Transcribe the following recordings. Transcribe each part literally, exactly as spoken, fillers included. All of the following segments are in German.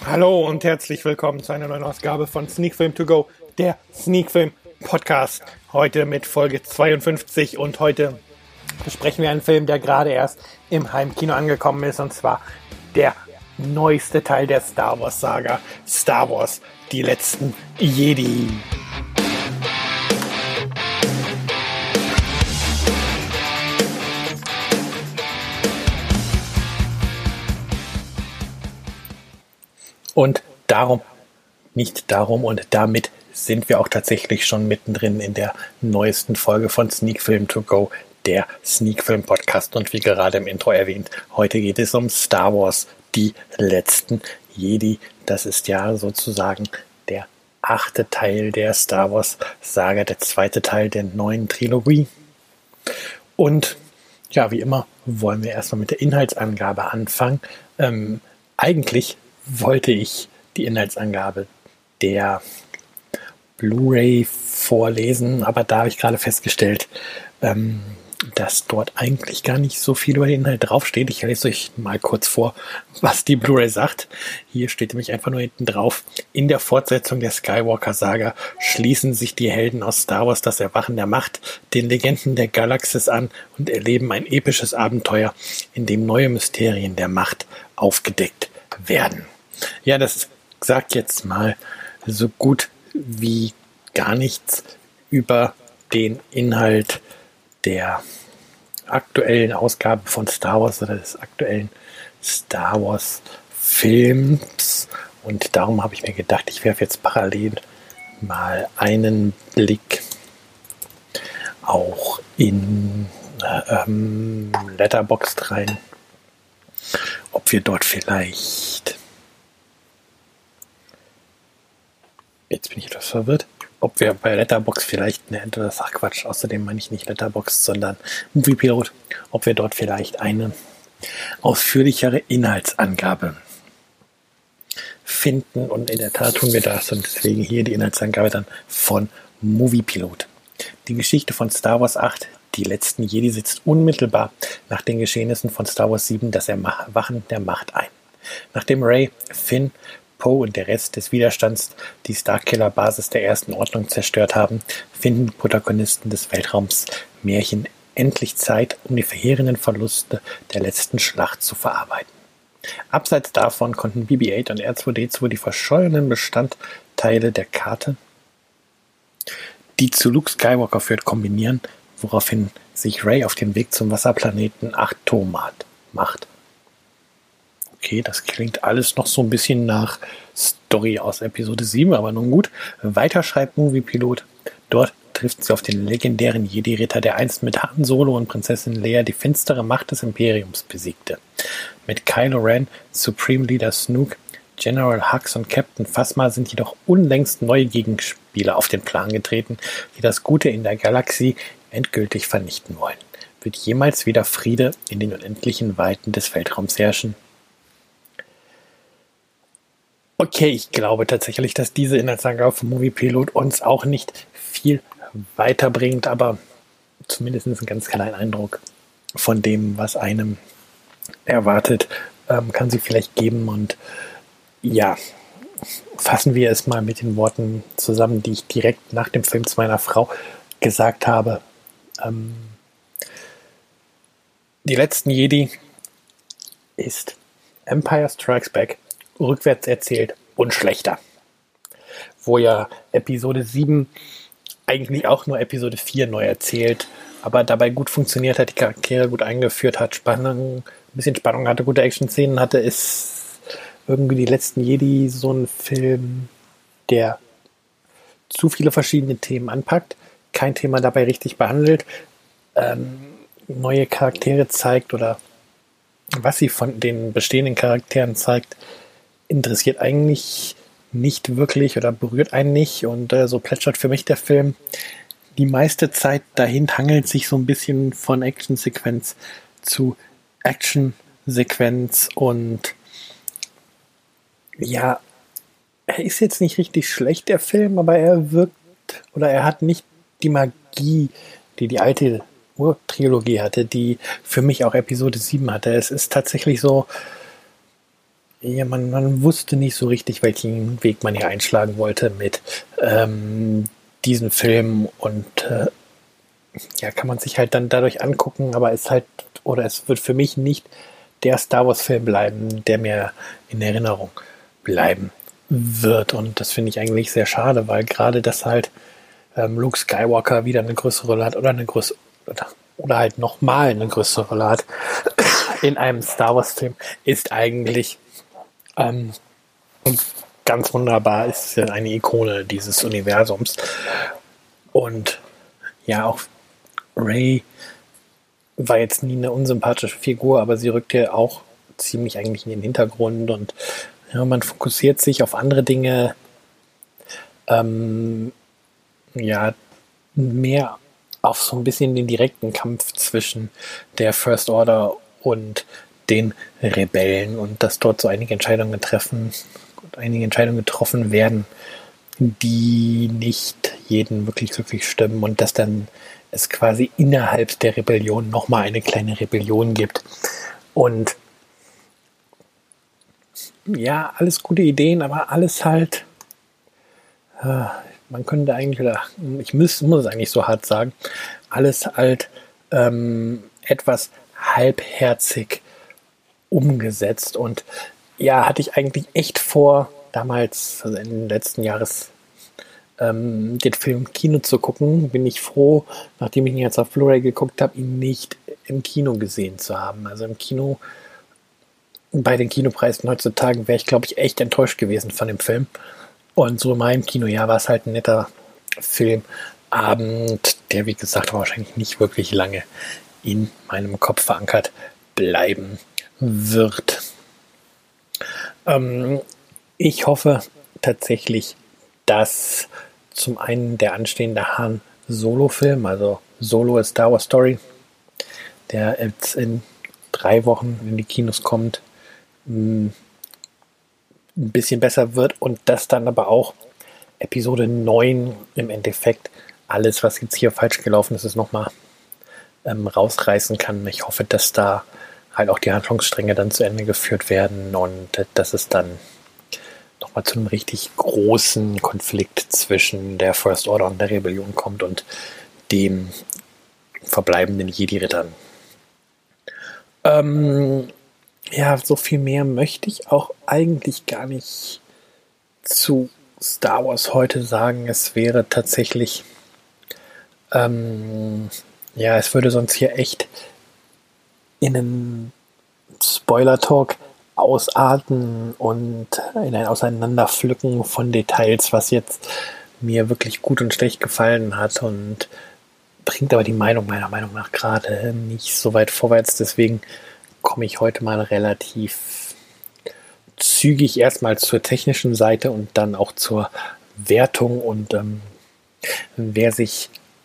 Hallo und herzlich willkommen zu einer neuen Ausgabe von Sneak Film To Go, der Sneak Film Podcast. Heute mit Folge zweiundfünfzig und heute besprechen wir einen Film, der gerade erst im Heimkino angekommen ist, und zwar der neueste Teil der Star Wars Saga, Star Wars, die letzten Jedi. Und darum, nicht darum und damit sind wir auch tatsächlich schon mittendrin in der neuesten Folge von Sneak Film To Go, der Sneak Film Podcast. Und wie gerade im Intro erwähnt, heute geht es um Star Wars, die letzten Jedi. Das ist ja sozusagen der achte Teil der Star Wars Saga, der zweite Teil der neuen Trilogie. Und ja, wie immer wollen wir erstmal mit der Inhaltsangabe anfangen. Ähm, eigentlich wollte ich die Inhaltsangabe der Blu-ray vorlesen, aber da habe ich gerade festgestellt, ähm, dass dort eigentlich gar nicht so viel über den Inhalt draufsteht. Ich lese euch mal kurz vor, was die Blu-ray sagt. Hier steht nämlich einfach nur hinten drauf: In der Fortsetzung der Skywalker-Saga schließen sich die Helden aus Star Wars das Erwachen der Macht den Legenden der Galaxis an und erleben ein episches Abenteuer, in dem neue Mysterien der Macht aufgedeckt werden. Ja, das sagt jetzt mal so gut wie gar nichts über den Inhalt der aktuellen Ausgabe von Star Wars oder des aktuellen Star Wars Films. Und darum habe ich mir gedacht, ich werfe jetzt parallel mal einen Blick auch in äh, ähm, Letterboxd rein, ob wir dort vielleicht... Jetzt bin ich etwas verwirrt. Ob wir bei Letterboxd vielleicht, eine, das ach Quatsch, außerdem meine ich nicht Letterboxd, sondern Moviepilot, ob wir dort vielleicht eine ausführlichere Inhaltsangabe finden. Und in der Tat tun wir das, und deswegen hier die Inhaltsangabe dann von Moviepilot. Die Geschichte von Star Wars acht, die letzten Jedi, setzt unmittelbar nach den Geschehnissen von Star Wars sieben das Erwachen der Macht ein. Nachdem Rey, Finn, Poe und der Rest des Widerstands die Starkiller-Basis der Ersten Ordnung zerstört haben, finden die Protagonisten des Weltraums Märchen endlich Zeit, um die verheerenden Verluste der letzten Schlacht zu verarbeiten. Abseits davon konnten B B acht und R zwei D zwei die verschollenen Bestandteile der Karte, die zu Luke Skywalker führt, kombinieren, woraufhin sich Rey auf den Weg zum Wasserplaneten Achtomat macht. Okay, das klingt alles noch so ein bisschen nach Story aus Episode sieben, aber nun gut. Weiter schreibt Moviepilot: Dort trifft sie auf den legendären Jedi-Ritter, der einst mit Han Solo und Prinzessin Leia die finstere Macht des Imperiums besiegte. Mit Kylo Ren, Supreme Leader Snoke, General Hux und Captain Phasma sind jedoch unlängst neue Gegenspieler auf den Plan getreten, die das Gute in der Galaxie endgültig vernichten wollen. Wird jemals wieder Friede in den unendlichen Weiten des Weltraums herrschen? Okay, ich glaube tatsächlich, dass diese Inhaltsangabe vom Moviepilot uns auch nicht viel weiterbringt, aber zumindest einen ganz kleinen Eindruck von dem, was einem erwartet, ähm, kann sie vielleicht geben. Und ja, fassen wir es mal mit den Worten zusammen, die ich direkt nach dem Film zu meiner Frau gesagt habe. Ähm, die letzten Jedi ist Empire Strikes Back rückwärts erzählt und schlechter. Wo ja Episode sieben eigentlich auch nur Episode vier neu erzählt, aber dabei gut funktioniert hat, die Charaktere gut eingeführt hat, Spannung, ein bisschen Spannung hatte, gute Action-Szenen hatte, ist irgendwie die letzten Jedi so ein Film, der zu viele verschiedene Themen anpackt, kein Thema dabei richtig behandelt, ähm, neue Charaktere zeigt oder was sie von den bestehenden Charakteren zeigt, interessiert eigentlich nicht wirklich oder berührt einen nicht, und äh, so plätschert für mich der Film die meiste Zeit dahin, hangelt sich so ein bisschen von Actionsequenz zu Actionsequenz, und ja, er ist jetzt nicht richtig schlecht, der Film, aber er wirkt oder er hat nicht die Magie, die die alte Urtrilogie hatte, die für mich auch Episode sieben hatte. Es ist tatsächlich so ja, man, man wusste nicht so richtig, welchen Weg man hier einschlagen wollte mit ähm, diesen Film und äh, ja, kann man sich halt dann dadurch angucken, aber ist halt, oder es wird für mich nicht der Star Wars-Film bleiben, der mir in Erinnerung bleiben wird. Und das finde ich eigentlich sehr schade, weil gerade das halt ähm, Luke Skywalker wieder eine größere Rolle hat oder eine größere oder, oder halt nochmal eine größere Rolle hat in einem Star Wars-Film, ist eigentlich ähm, ganz wunderbar, ist ja eine Ikone dieses Universums. Und ja, auch Rey war jetzt nie eine unsympathische Figur, aber sie rückt ja auch ziemlich eigentlich in den Hintergrund und ja, man fokussiert sich auf andere Dinge, ähm, ja, mehr auf so ein bisschen den direkten Kampf zwischen der First Order und den Rebellen und dass dort so einige Entscheidungen treffen, einige Entscheidungen getroffen werden, die nicht jeden wirklich glücklich stimmen und dass dann es quasi innerhalb der Rebellion nochmal eine kleine Rebellion gibt. Und ja, alles gute Ideen, aber alles halt, äh, man könnte eigentlich, oder ich muss, muss es eigentlich so hart sagen, alles halt ähm, etwas halbherzig umgesetzt. Und ja, hatte ich eigentlich echt vor, damals, also in den letzten Jahres, ähm, den Film im Kino zu gucken. Bin ich froh, nachdem ich ihn jetzt auf Blu-ray geguckt habe, ihn nicht im Kino gesehen zu haben. Also im Kino, bei den Kinopreisen heutzutage wäre ich, glaube ich, echt enttäuscht gewesen von dem Film. Und so in meinem Kinojahr war es halt ein netter Filmabend, der, wie gesagt, wahrscheinlich nicht wirklich lange in meinem Kopf verankert bleiben wird. Ähm, ich hoffe tatsächlich, dass zum einen der anstehende Han Solo-Film, also Solo A Star Wars Story, der jetzt in drei Wochen in die Kinos kommt, ein bisschen besser wird und dass dann aber auch Episode neun im Endeffekt alles, was jetzt hier falsch gelaufen ist, ist nochmal ähm, rausreißen kann. Ich hoffe, dass da halt auch die Handlungsstränge dann zu Ende geführt werden und äh, dass es dann nochmal zu einem richtig großen Konflikt zwischen der First Order und der Rebellion kommt und dem verbleibenden Jedi-Rittern. Ähm, ja, so viel mehr möchte ich auch eigentlich gar nicht zu Star Wars heute sagen. Es wäre tatsächlich, ähm, ja, es würde sonst hier echt in einen Spoiler-Talk ausarten und in ein Auseinanderpflücken von Details, was jetzt mir wirklich gut und schlecht gefallen hat und bringt aber die Meinung meiner Meinung nach gerade nicht so weit vorwärts. Deswegen komme ich heute mal relativ zügig erstmal zur technischen Seite und dann auch zur Wertung und ähm, wer sich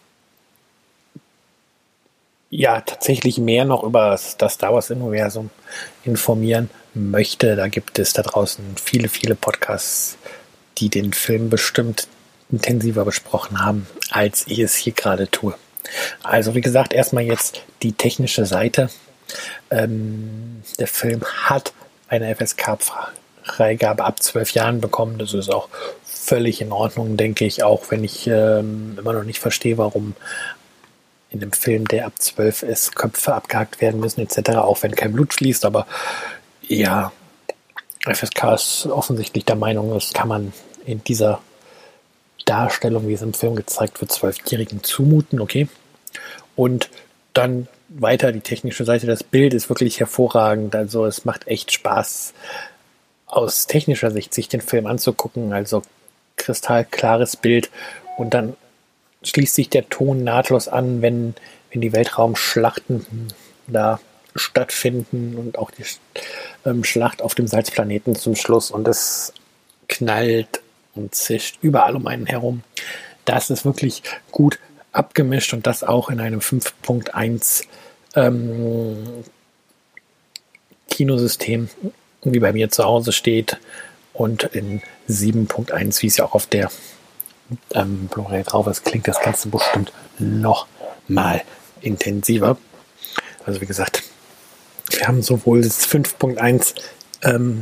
ja tatsächlich mehr noch über das Star Wars Universum informieren möchte, da gibt es da draußen viele, viele Podcasts, die den Film bestimmt intensiver besprochen haben, als ich es hier gerade tue. Also wie gesagt, erstmal jetzt die technische Seite. Ähm, der Film hat eine F S K-Freigabe ab zwölf Jahren bekommen. Das ist auch völlig in Ordnung, denke ich, auch wenn ich ähm, immer noch nicht verstehe, warum in dem Film, der ab zwölf ist, Köpfe abgehackt werden müssen et cetera, auch wenn kein Blut fließt. Aber ja, F S K ist offensichtlich der Meinung, das kann man in dieser Darstellung, wie es im Film gezeigt wird, Zwölfjährigen zumuten, okay. Und dann weiter die technische Seite. Das Bild ist wirklich hervorragend. Also es macht echt Spaß, aus technischer Sicht sich den Film anzugucken. Also kristallklares Bild und dann schließt sich der Ton nahtlos an, wenn, wenn die Weltraumschlachten da stattfinden und auch die ähm, Schlacht auf dem Salzplaneten zum Schluss und es knallt und zischt überall um einen herum. Das ist wirklich gut abgemischt und das auch in einem fünf Punkt eins ähm, Kinosystem, wie bei mir zu Hause steht und in sieben Punkt eins, wie es ja auch auf der ähm, Blu-ray drauf ist, klingt das Ganze bestimmt noch mal intensiver. Also wie gesagt, wir haben sowohl das fünf Punkt eins ähm,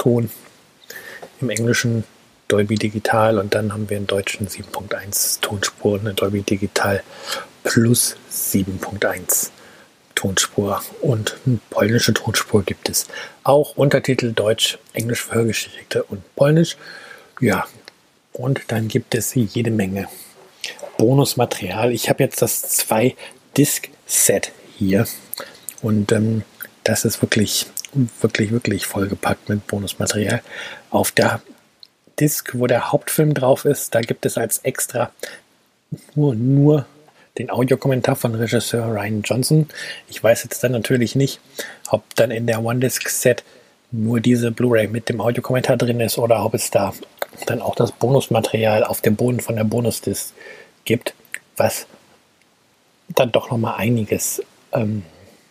Ton, im Englischen Dolby Digital und dann haben wir in deutschen sieben Punkt eins Tonspur, eine Dolby Digital plus sieben Punkt eins Tonspur und eine polnische Tonspur gibt es. Auch Untertitel Deutsch, Englisch für Hörgeschichte und Polnisch. Ja, und dann gibt es jede Menge Bonusmaterial. Ich habe jetzt das zwei Disc Set hier und ähm, das ist wirklich, wirklich, wirklich vollgepackt mit Bonusmaterial. Auf der Disc, wo der Hauptfilm drauf ist, da gibt es als extra nur, nur den Audiokommentar von Regisseur Rian Johnson. Ich weiß jetzt dann natürlich nicht, ob dann in der One-Disc-Set nur diese Blu-ray mit dem Audiokommentar drin ist oder ob es da dann auch das Bonusmaterial auf dem Boden von der Bonus-Disc gibt, was dann doch nochmal einiges ähm,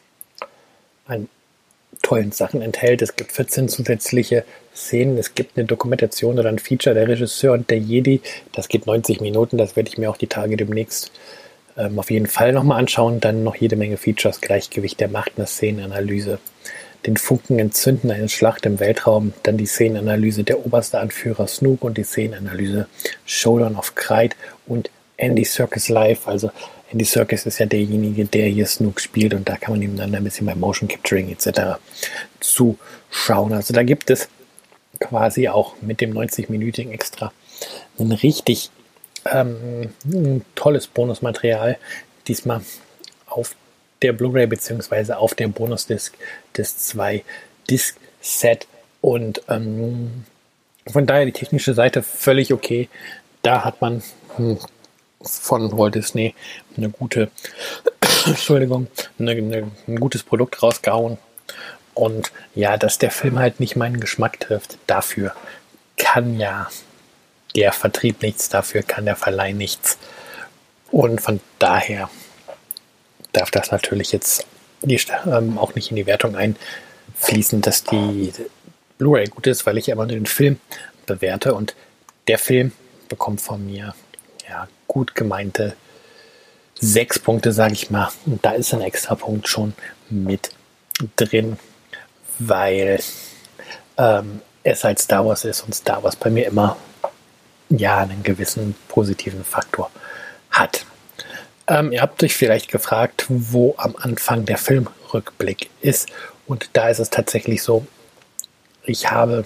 an tollen Sachen enthält. Es gibt vierzehn zusätzliche Szenen, es gibt eine Dokumentation oder ein Feature, der Regisseur und der Jedi, das geht neunzig Minuten, das werde ich mir auch die Tage demnächst ähm, auf jeden Fall nochmal anschauen. Dann noch jede Menge Features, Gleichgewicht der Macht, eine Szenenanalyse, den Funken entzünden, eine Schlacht im Weltraum, dann die Szenenanalyse der oberste Anführer Snoke und die Szenenanalyse Showdown of Kryde und Andy Serkis live, also Andy Serkis ist ja derjenige, der hier Snoke spielt und da kann man ihm dann ein bisschen beim Motion Capturing et cetera zuschauen. Also da gibt es quasi auch mit dem neunzig-minütigen Extra ein richtig ähm, ein tolles Bonusmaterial. Diesmal auf der Blu-ray beziehungsweise auf der Bonusdisc des zwei Disc Set und ähm, von daher die technische Seite völlig okay. Da hat man hm, von Walt Disney eine gute, Entschuldigung, eine, eine, ein gutes Produkt rausgehauen. Und ja, dass der Film halt nicht meinen Geschmack trifft, dafür kann ja der Vertrieb nichts, dafür kann der Verleih nichts. Und von daher darf das natürlich jetzt die, ähm, auch nicht in die Wertung einfließen, dass die Blu-ray gut ist, weil ich immer nur den Film bewerte und der Film bekommt von mir ja, gut gemeinte sechs Punkte, sage ich mal. Und da ist ein extra Punkt schon mit drin, weil ähm, es halt Star Wars ist und Star Wars bei mir immer ja einen gewissen positiven Faktor hat. Ähm, ihr habt euch vielleicht gefragt, wo am Anfang der Filmrückblick ist. Und da ist es tatsächlich so, ich habe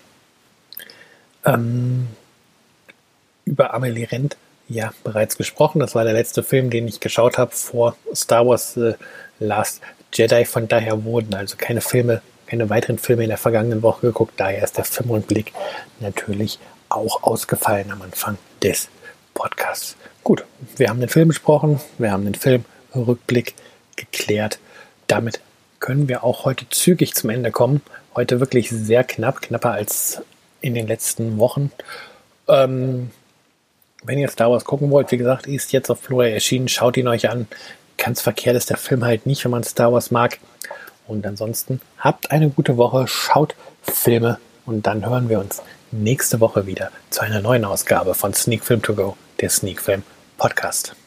ähm, über Amelie Rent ja bereits gesprochen. Das war der letzte Film, den ich geschaut habe vor Star Wars The Last Jedi. Von daher wurden also keine Filme, keine weiteren Filme in der vergangenen Woche geguckt. Daher ist der Filmrückblick natürlich auch ausgefallen am Anfang des Podcasts. Gut, wir haben den Film besprochen, wir haben den Filmrückblick geklärt. Damit können wir auch heute zügig zum Ende kommen. Heute wirklich sehr knapp, knapper als in den letzten Wochen. Ähm, wenn ihr Star Wars gucken wollt, wie gesagt, ist jetzt auf Blu-ray erschienen, schaut ihn euch an. Ganz verkehrt ist der Film halt nicht, wenn man Star Wars mag. Und ansonsten habt eine gute Woche, schaut Filme und dann hören wir uns nächste Woche wieder zu einer neuen Ausgabe von Sneak Film To Go, der Sneak Film Podcast.